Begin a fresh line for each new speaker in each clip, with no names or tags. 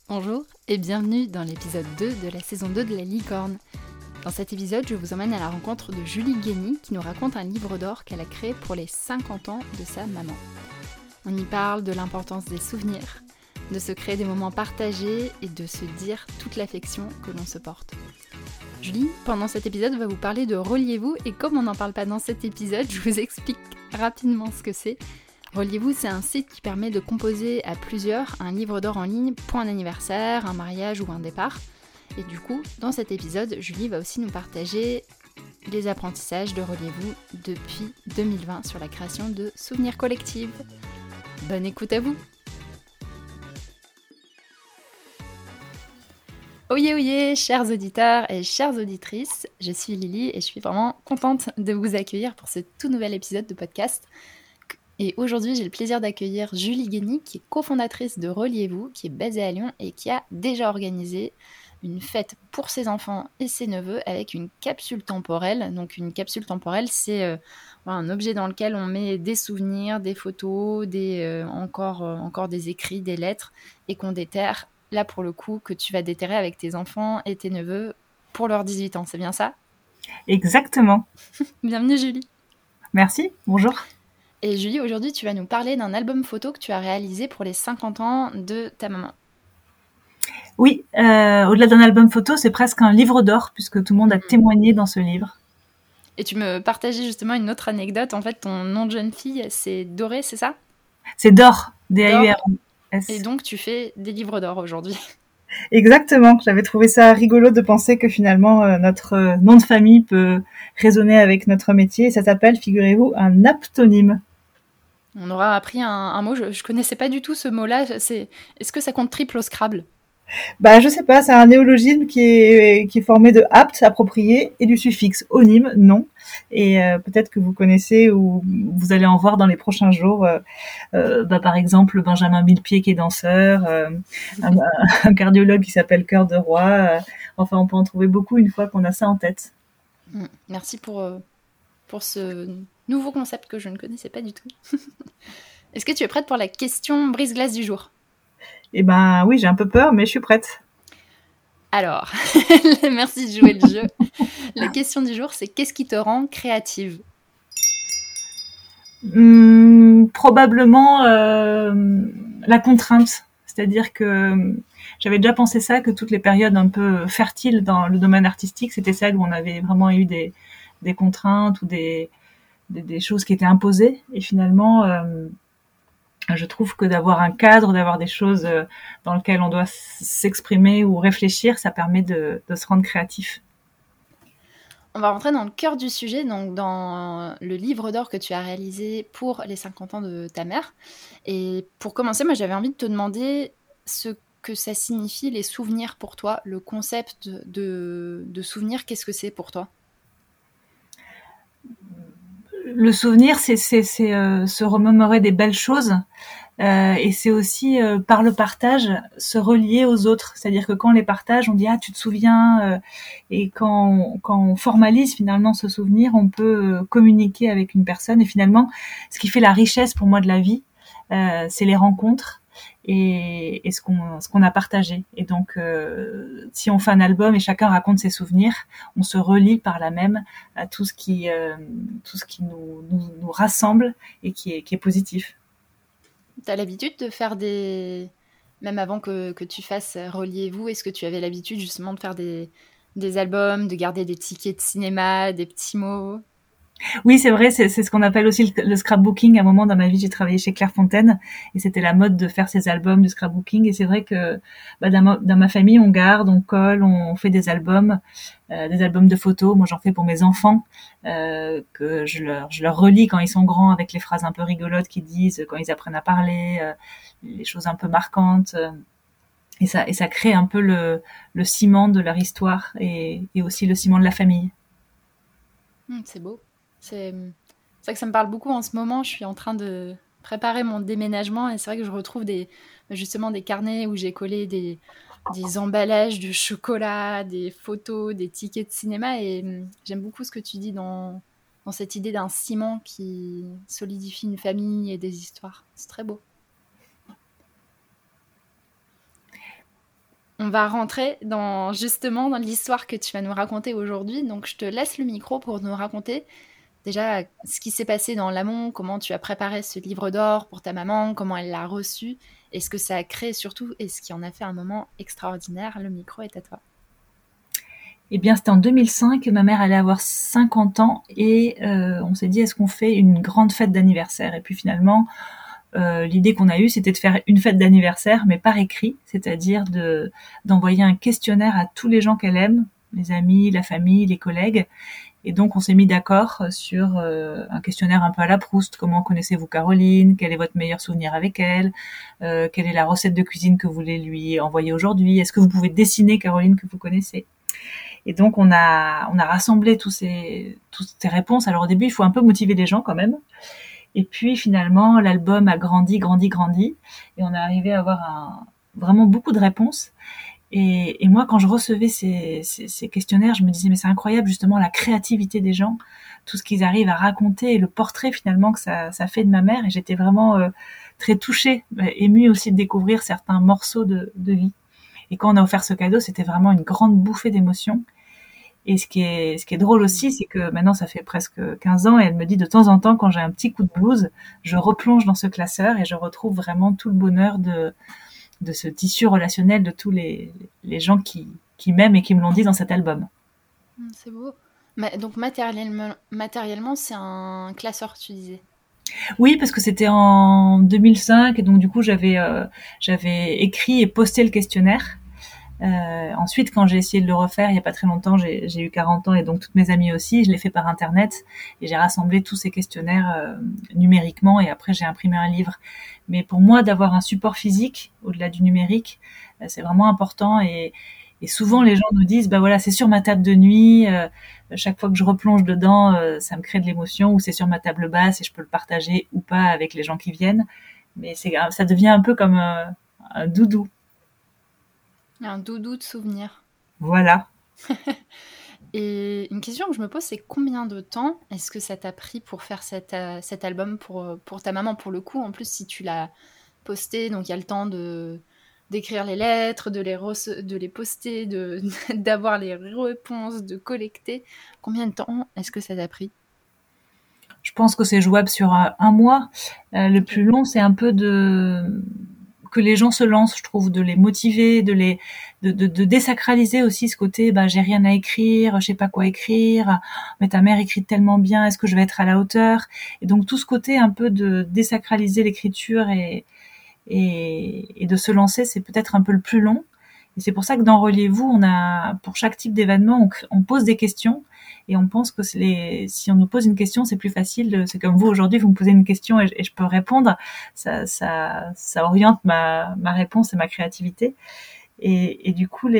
Bonjour et bienvenue dans l'épisode 2 de la saison 2 de La Licorne. Dans cet épisode, je vous emmène à la rencontre de Julie Guény qui nous raconte un livre d'or qu'elle a créé pour les 50 ans de sa maman. On y parle de l'importance des souvenirs, de se créer des moments partagés et de se dire toute l'affection que l'on se porte. Julie, pendant cet épisode, va vous parler de Reliez-vous et comme on n'en parle pas dans cet épisode, je vous explique rapidement ce que c'est. Reliez-vous, c'est un site qui permet de composer à plusieurs un livre d'or en ligne pour un anniversaire, un mariage ou un départ. Et du coup, dans cet épisode, Julie va aussi nous partager les apprentissages de Reliez-vous depuis 2020 sur la création de souvenirs collectifs. Bonne écoute à vous! Oyez, oyez, chers auditeurs et chères auditrices, je suis Lily et je suis vraiment contente de vous accueillir pour ce tout nouvel épisode de podcast. Et aujourd'hui, j'ai le plaisir d'accueillir Julie Guény, qui est cofondatrice de Reliez-vous, qui est basée à Lyon et qui a déjà organisé une fête pour ses enfants et ses neveux avec une capsule temporelle. Donc une capsule temporelle, c'est un objet dans lequel on met des souvenirs, des photos, encore des écrits, des lettres, et qu'on déterre, là pour le coup, que tu vas déterrer avec tes enfants et tes neveux pour leurs 18 ans. C'est bien ça?
Exactement.
Bienvenue Julie.
Merci, bonjour.
Et Julie, aujourd'hui, tu vas nous parler d'un album photo que tu as réalisé pour les 50 ans de ta maman.
Oui, au-delà d'un album photo, c'est presque un livre d'or, puisque tout le monde a témoigné dans ce livre.
Et tu me partageais justement une autre anecdote. En fait, ton nom de jeune fille, c'est Doré, c'est ça?
C'est d'or, D-A-U-R-S.
Et donc, tu fais des livres d'or aujourd'hui.
Exactement, j'avais trouvé ça rigolo de penser que finalement, notre nom de famille peut résonner avec notre métier. Et ça s'appelle, figurez-vous, un aptonyme.
On aura appris un mot, je connaissais pas du tout ce mot-là. Est-ce que ça compte triple au Scrabble?
Bah, je sais pas, c'est un néologisme qui est formé de apte, approprié, et du suffixe onyme, non. Et peut-être que vous connaissez ou vous allez en voir dans les prochains jours. Par exemple, Benjamin Millepied qui est danseur, un, un cardiologue qui s'appelle Cœur de Roi. Enfin, on peut en trouver beaucoup une fois qu'on a ça en tête.
Merci pour ce nouveau concept que je ne connaissais pas du tout. Est-ce que tu es prête pour la question brise-glace du jour?
Eh ben oui, j'ai un peu peur, mais je suis prête.
Alors, merci de jouer le jeu. La question du jour, c'est qu'est-ce qui te rend créative?
Probablement la contrainte. C'est-à-dire que j'avais déjà pensé ça, que toutes les périodes un peu fertiles dans le domaine artistique, c'était celles où on avait vraiment eu des contraintes ou des choses qui étaient imposées. Et finalement, je trouve que d'avoir un cadre, d'avoir des choses dans lesquelles on doit s'exprimer ou réfléchir, ça permet de se rendre créatif.
On va rentrer dans le cœur du sujet, donc dans le livre d'or que tu as réalisé pour les 50 ans de ta mère. Et pour commencer, moi j'avais envie de te demander ce que ça signifie les souvenirs pour toi, le concept de souvenir, qu'est-ce que c'est pour toi?
Le souvenir, c'est se remémorer des belles choses. Et c'est aussi par le partage se relier aux autres. C'est-à-dire que quand on les partage, on dit ah tu te souviens. Et quand on formalise finalement ce souvenir, on peut communiquer avec une personne. Et finalement, ce qui fait la richesse pour moi de la vie, c'est les rencontres et ce qu'on a partagé. Et donc, si on fait un album et chacun raconte ses souvenirs, on se relie par là même à tout ce qui nous rassemble et qui est positif.
Tu as l'habitude de faire des... Même avant que tu fasses Reliez-vous, est-ce que tu avais l'habitude justement de faire des albums, de garder des tickets de cinéma, des petits mots?
Oui, c'est vrai, c'est ce qu'on appelle aussi le scrapbooking. À un moment dans ma vie, j'ai travaillé chez Clairefontaine et c'était la mode de faire ces albums du scrapbooking. Et c'est vrai que dans ma famille, on garde, on colle, on fait des albums de photos. Moi, j'en fais pour mes enfants, que je leur relis quand ils sont grands avec les phrases un peu rigolotes qu'ils disent, quand ils apprennent à parler, les choses un peu marquantes. Et ça crée un peu le ciment de leur histoire et aussi le ciment de la famille.
C'est beau. C'est vrai que ça me parle beaucoup en ce moment. Je suis en train de préparer mon déménagement et c'est vrai que je retrouve justement des carnets où j'ai collé des emballages de chocolat, des photos, des tickets de cinéma et j'aime beaucoup ce que tu dis dans cette idée d'un ciment qui solidifie une famille et des histoires. C'est très beau. on va rentrer justement dans l'histoire que tu vas nous raconter aujourd'hui. Donc, je te laisse le micro pour nous raconter déjà ce qui s'est passé dans l'amont, comment tu as préparé ce livre d'or pour ta maman, comment elle l'a reçu, et ce que ça a créé surtout, et ce qui en a fait un moment extraordinaire. Le micro est à toi.
Eh bien, c'était en 2005, ma mère allait avoir 50 ans et on s'est dit, est-ce qu'on fait une grande fête d'anniversaire ? Et puis finalement, l'idée qu'on a eue, c'était de faire une fête d'anniversaire, mais par écrit, c'est-à-dire d'envoyer un questionnaire à tous les gens qu'elle aime, les amis, la famille, les collègues. Et donc, on s'est mis d'accord sur un questionnaire un peu à la Proust. Comment connaissez-vous Caroline ? Quel est votre meilleur souvenir avec elle ? Quelle est la recette de cuisine que vous voulez lui envoyer aujourd'hui ? Est-ce que vous pouvez dessiner Caroline que vous connaissez ? Et donc, on a rassemblé toutes ces réponses. Alors, au début, il faut un peu motiver les gens quand même. Et puis, finalement, l'album a grandi. Et on est arrivé à avoir vraiment beaucoup de réponses. Et moi, quand je recevais ces questionnaires, je me disais, mais c'est incroyable, justement, la créativité des gens, tout ce qu'ils arrivent à raconter et le portrait, finalement, que ça fait de ma mère. Et j'étais vraiment très touchée, émue aussi de découvrir certains morceaux de vie. Et quand on a offert ce cadeau, c'était vraiment une grande bouffée d'émotions. Et ce qui est drôle aussi, c'est que maintenant, ça fait presque 15 ans, et elle me dit de temps en temps, quand j'ai un petit coup de blues, je replonge dans ce classeur et je retrouve vraiment tout le bonheur de ce tissu relationnel de tous les gens qui m'aiment et qui me l'ont dit dans cet album.
C'est beau. Donc matériellement, c'est un classeur, tu disais.
Oui, parce que c'était en 2005 et donc du coup j'avais écrit et posté le questionnaire. Ensuite, quand j'ai essayé de le refaire il y a pas très longtemps, j'ai eu 40 ans et donc toutes mes amies aussi, je l'ai fait par internet et j'ai rassemblé tous ces questionnaires numériquement et après j'ai imprimé un livre. Mais pour moi, d'avoir un support physique au-delà du numérique, c'est vraiment important et souvent les gens nous disent bah voilà, c'est sur ma table de nuit, chaque fois que je replonge dedans, ça me crée de l'émotion, ou c'est sur ma table basse et je peux le partager ou pas avec les gens qui viennent. Mais ça devient un peu comme un doudou.
Un doudou de souvenirs.
Voilà.
Et une question que je me pose, c'est combien de temps est-ce que ça t'a pris pour faire cet album pour ta maman, pour le coup? En plus, si tu l'as posté, donc il y a le temps d'écrire les lettres, de les poster, d'avoir les réponses, de collecter. Combien de temps est-ce que ça t'a pris?
Je pense que c'est jouable sur un mois. Le plus long, c'est un peu que les gens se lancent, je trouve, de les motiver, de désacraliser aussi ce côté, bah, j'ai rien à écrire, je sais pas quoi écrire, mais ta mère écrit tellement bien, est-ce que je vais être à la hauteur? Et donc, tout ce côté un peu de désacraliser l'écriture et de se lancer, c'est peut-être un peu le plus long. Et c'est pour ça que dans Reliez-vous, pour chaque type d'événement, on pose des questions et on pense que si on nous pose une question, c'est plus facile. C'est comme vous aujourd'hui, vous me posez une question et je peux répondre. Ça oriente ma réponse et ma créativité. Et du coup,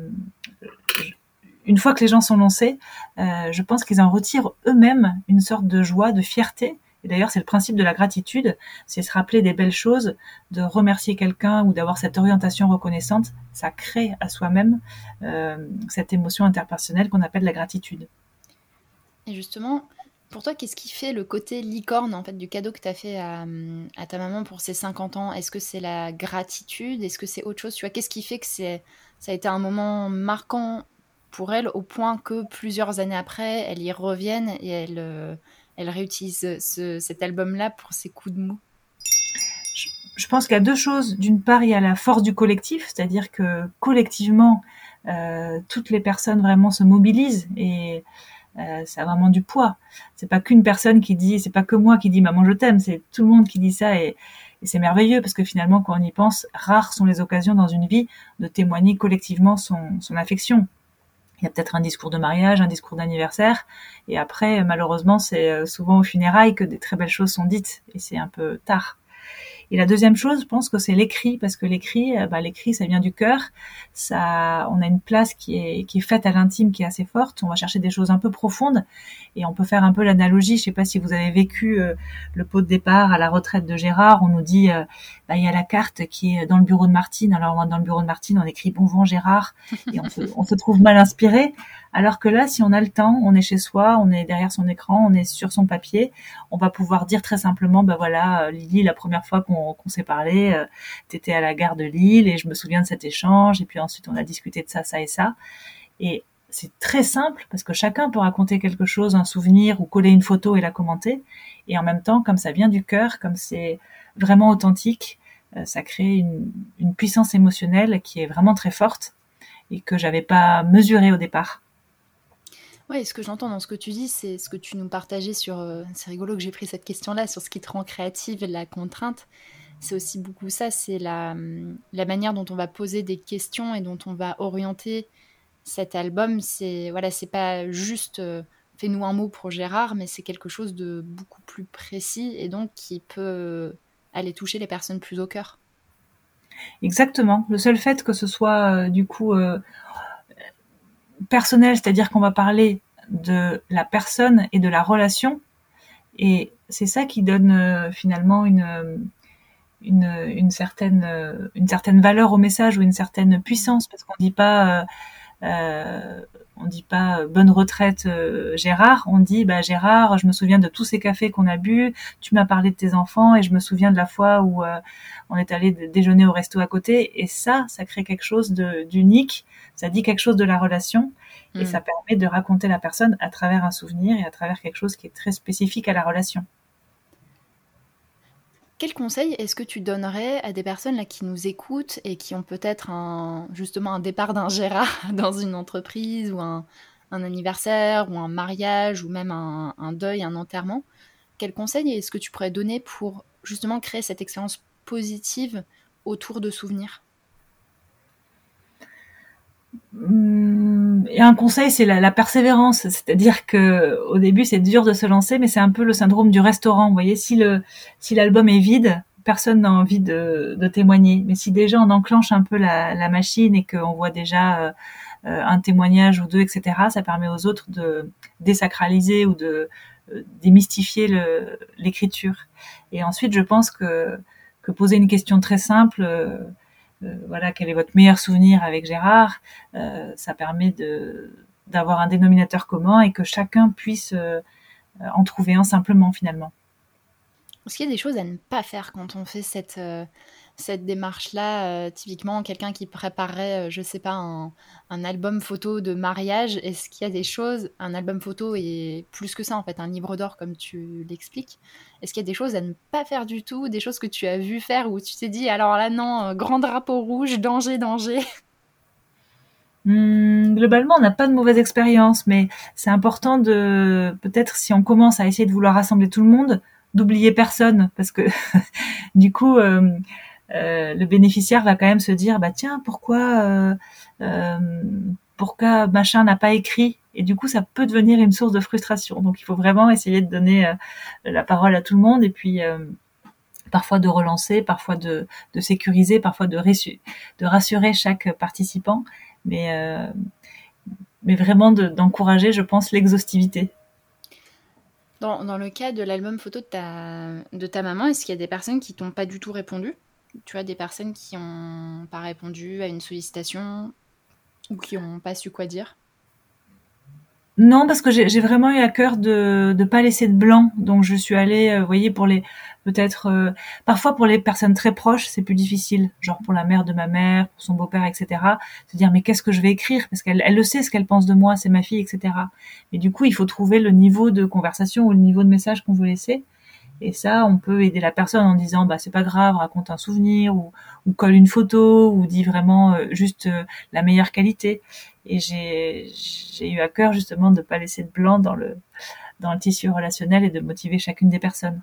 une fois que les gens sont lancés, je pense qu'ils en retirent eux-mêmes une sorte de joie, de fierté. Et d'ailleurs, c'est le principe de la gratitude, c'est se rappeler des belles choses, de remercier quelqu'un ou d'avoir cette orientation reconnaissante. Ça crée à soi-même cette émotion interpersonnelle qu'on appelle la gratitude.
Et justement, pour toi, qu'est-ce qui fait le côté licorne en fait du cadeau que tu as fait à ta maman pour ses 50 ans? Est-ce que c'est la gratitude? Est-ce que c'est autre chose? Tu vois, qu'est-ce qui fait que ça a été un moment marquant pour elle au point que plusieurs années après, elle y revienne et elle réutilise cet album-là pour ses coups de mou?
Je pense qu'il y a deux choses. D'une part, il y a la force du collectif, c'est-à-dire que collectivement, toutes les personnes vraiment se mobilisent et ça a vraiment du poids. C'est pas qu'une personne qui dit, c'est pas que moi qui dis maman je t'aime, c'est tout le monde qui dit ça et c'est merveilleux parce que finalement quand on y pense, rares sont les occasions dans une vie de témoigner collectivement son affection. Il y a peut-être un discours de mariage, un discours d'anniversaire et après malheureusement c'est souvent aux funérailles que des très belles choses sont dites et c'est un peu tard. Et la deuxième chose, je pense que c'est l'écrit, parce que l'écrit, ça vient du cœur. Ça, on a une place qui est faite à l'intime, qui est assez forte. On va chercher des choses un peu profondes, et on peut faire un peu l'analogie. Je sais pas si vous avez vécu le pot de départ à la retraite de Gérard. On nous dit, il y a la carte qui est dans le bureau de Martine. Alors dans le bureau de Martine, on écrit bon vent Gérard, et on se trouve mal inspiré. Alors que là, si on a le temps, on est chez soi, on est derrière son écran, on est sur son papier, on va pouvoir dire très simplement, Lily, la première fois qu'on qu'on s'est parlé, t'étais à la gare de Lille et je me souviens de cet échange et puis ensuite on a discuté de ça, ça et ça. Et c'est très simple parce que chacun peut raconter quelque chose, un souvenir ou coller une photo et la commenter. Et en même temps, comme ça vient du cœur, comme c'est vraiment authentique, ça crée une puissance émotionnelle qui est vraiment très forte et que j'avais pas mesurée au départ.
Ouais, ce que j'entends dans ce que tu dis, c'est ce que tu nous partageais sur... c'est rigolo que j'ai pris cette question-là, sur ce qui te rend créative et la contrainte. C'est aussi beaucoup ça, c'est la manière dont on va poser des questions et dont on va orienter cet album. C'est voilà, c'est pas juste fais-nous un mot pour Gérard, mais c'est quelque chose de beaucoup plus précis et donc qui peut aller toucher les personnes plus au cœur.
Exactement. Le seul fait que ce soit du coup personnel, c'est-à-dire qu'on va parler de la personne et de la relation, et c'est ça qui donne finalement une certaine valeur au message ou une certaine puissance, parce qu'on dit pas on dit pas bonne retraite Gérard, on dit bah Gérard, je me souviens de tous ces cafés qu'on a bu, tu m'as parlé de tes enfants et je me souviens de la fois où on est allé déjeuner au resto à côté, et ça crée quelque chose d'unique, ça dit quelque chose de la relation et ça permet de raconter la personne à travers un souvenir et à travers quelque chose qui est très spécifique à la relation.
Quel conseil est-ce que tu donnerais à des personnes là qui nous écoutent et qui ont peut-être justement un départ d'un Gérard dans une entreprise ou un anniversaire ou un mariage ou même un deuil, un enterrement? Quel conseil est-ce que tu pourrais donner pour justement créer cette expérience positive autour de souvenirs?
Et un conseil, c'est la persévérance. C'est-à-dire que au début, c'est dur de se lancer, mais c'est un peu le syndrome du restaurant. Vous voyez, si l'album est vide, personne n'a envie de témoigner. Mais si déjà on enclenche un peu la machine et qu'on voit déjà un témoignage ou deux, etc., ça permet aux autres de désacraliser ou de démystifier l'écriture. Et ensuite, je pense que poser une question très simple, voilà, quel est votre meilleur souvenir avec Gérard, ça permet d'avoir un dénominateur commun et que chacun puisse en trouver un simplement finalement.
Est-ce qu'il y a des choses à ne pas faire quand on fait cette démarche-là? Typiquement, quelqu'un qui préparerait, je sais pas, un album photo de mariage, est-ce qu'il y a des choses, un album photo et plus que ça en fait, un livre d'or comme tu l'expliques, est-ce qu'il y a des choses à ne pas faire du tout, des choses que tu as vu faire où tu t'es dit, alors là non, grand drapeau rouge, danger, danger?
Globalement, on n'a pas de mauvaise expérience, mais c'est important de, peut-être si on commence à essayer de vouloir rassembler tout le monde, d'oublier personne, parce que du coup, le bénéficiaire va quand même se dire, bah tiens, euh, pourquoi machin n'a pas écrit, et du coup, ça peut devenir une source de frustration. Donc, il faut vraiment essayer de donner la parole à tout le monde, et puis parfois de relancer, parfois de sécuriser, parfois de rassurer chaque participant, mais euh, mais vraiment d'encourager, je pense, l'exhaustivité.
Dans le cas de l'album photo de ta maman, est-ce qu'il y a des personnes qui t'ont pas du tout répondu? Tu vois, des personnes qui ont pas répondu à une sollicitation ou qui ont pas su quoi dire?
Non, parce que j'ai vraiment eu à cœur de pas laisser de blanc. Donc je suis allée, vous voyez, pour les peut-être parfois pour les personnes très proches, c'est plus difficile. Genre pour la mère de ma mère, pour son beau-père, etc. Se dire mais qu'est-ce que je vais écrire, parce qu'elle le sait ce qu'elle pense de moi, c'est ma fille, etc. Mais du coup, il faut trouver le niveau de conversation ou le niveau de message qu'on veut laisser. Et ça, on peut aider la personne en disant, bah c'est pas grave, raconte un souvenir ou colle une photo ou dit vraiment juste la meilleure qualité. Et j'ai eu à cœur justement de pas laisser de blanc dans le tissu relationnel et de motiver chacune des personnes.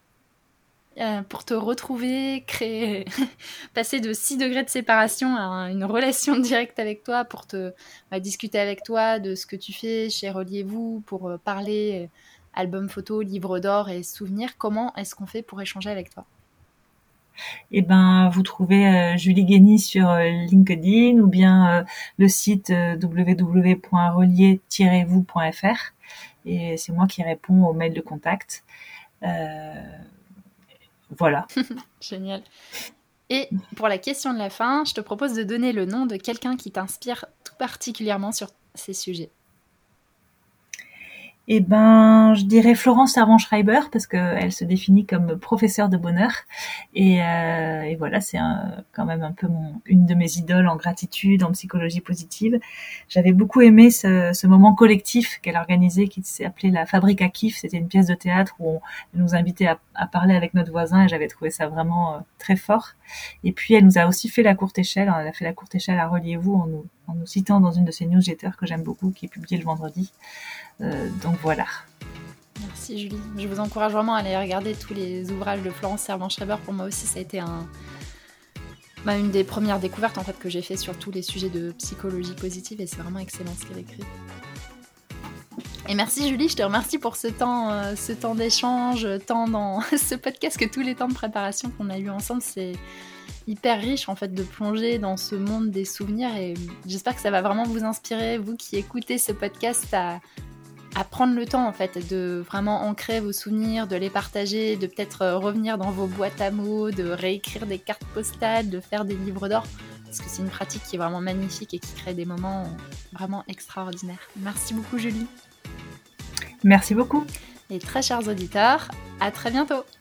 Pour te retrouver, créer, passer de 6 degrés de séparation à une relation directe avec toi, pour discuter avec toi de ce que tu fais chez Reliez-vous, pour parler album photo, livre d'or et souvenirs. Comment est-ce qu'on fait pour échanger avec toi?
Et ben, vous trouvez Julie Guény sur LinkedIn ou bien le site www.relier-vous.fr, et c'est moi qui réponds aux mails de contact. Euh, voilà.
Génial. Et pour la question de la fin, je te propose de donner le nom de quelqu'un qui t'inspire tout particulièrement sur ces sujets.
Eh ben, je dirais Florence Servan-Schreiber parce que elle se définit comme professeure de bonheur et voilà, c'est quand même un peu une de mes idoles en gratitude, en psychologie positive. J'avais beaucoup aimé ce moment collectif qu'elle organisait qui s'appelait la Fabrique à kiff. C'était une pièce de théâtre où elle nous invitait à parler avec notre voisin et j'avais trouvé ça vraiment très fort. Et puis elle nous a aussi fait la courte échelle. Elle a fait la courte échelle à Reliez-vous en nous citant dans une de ses newsletters que j'aime beaucoup, qui est publiée le vendredi. Donc voilà.
Merci Julie. Je vous encourage vraiment à aller regarder tous les ouvrages de Florence Servan-Schreiber. Pour moi aussi, ça a été une des premières découvertes en fait, que j'ai fait sur tous les sujets de psychologie positive et c'est vraiment excellent ce qu'elle écrit. Et merci Julie, je te remercie pour ce temps d'échange, tant dans ce podcast que tous les temps de préparation qu'on a eu ensemble. C'est hyper riche en fait de plonger dans ce monde des souvenirs et j'espère que ça va vraiment vous inspirer, vous qui écoutez ce podcast, à prendre le temps en fait de vraiment ancrer vos souvenirs, de les partager, de peut-être revenir dans vos boîtes à mots, de réécrire des cartes postales, de faire des livres d'or, parce que c'est une pratique qui est vraiment magnifique et qui crée des moments vraiment extraordinaires. Merci beaucoup Julie.
Merci beaucoup.
Et très chers auditeurs, à très bientôt.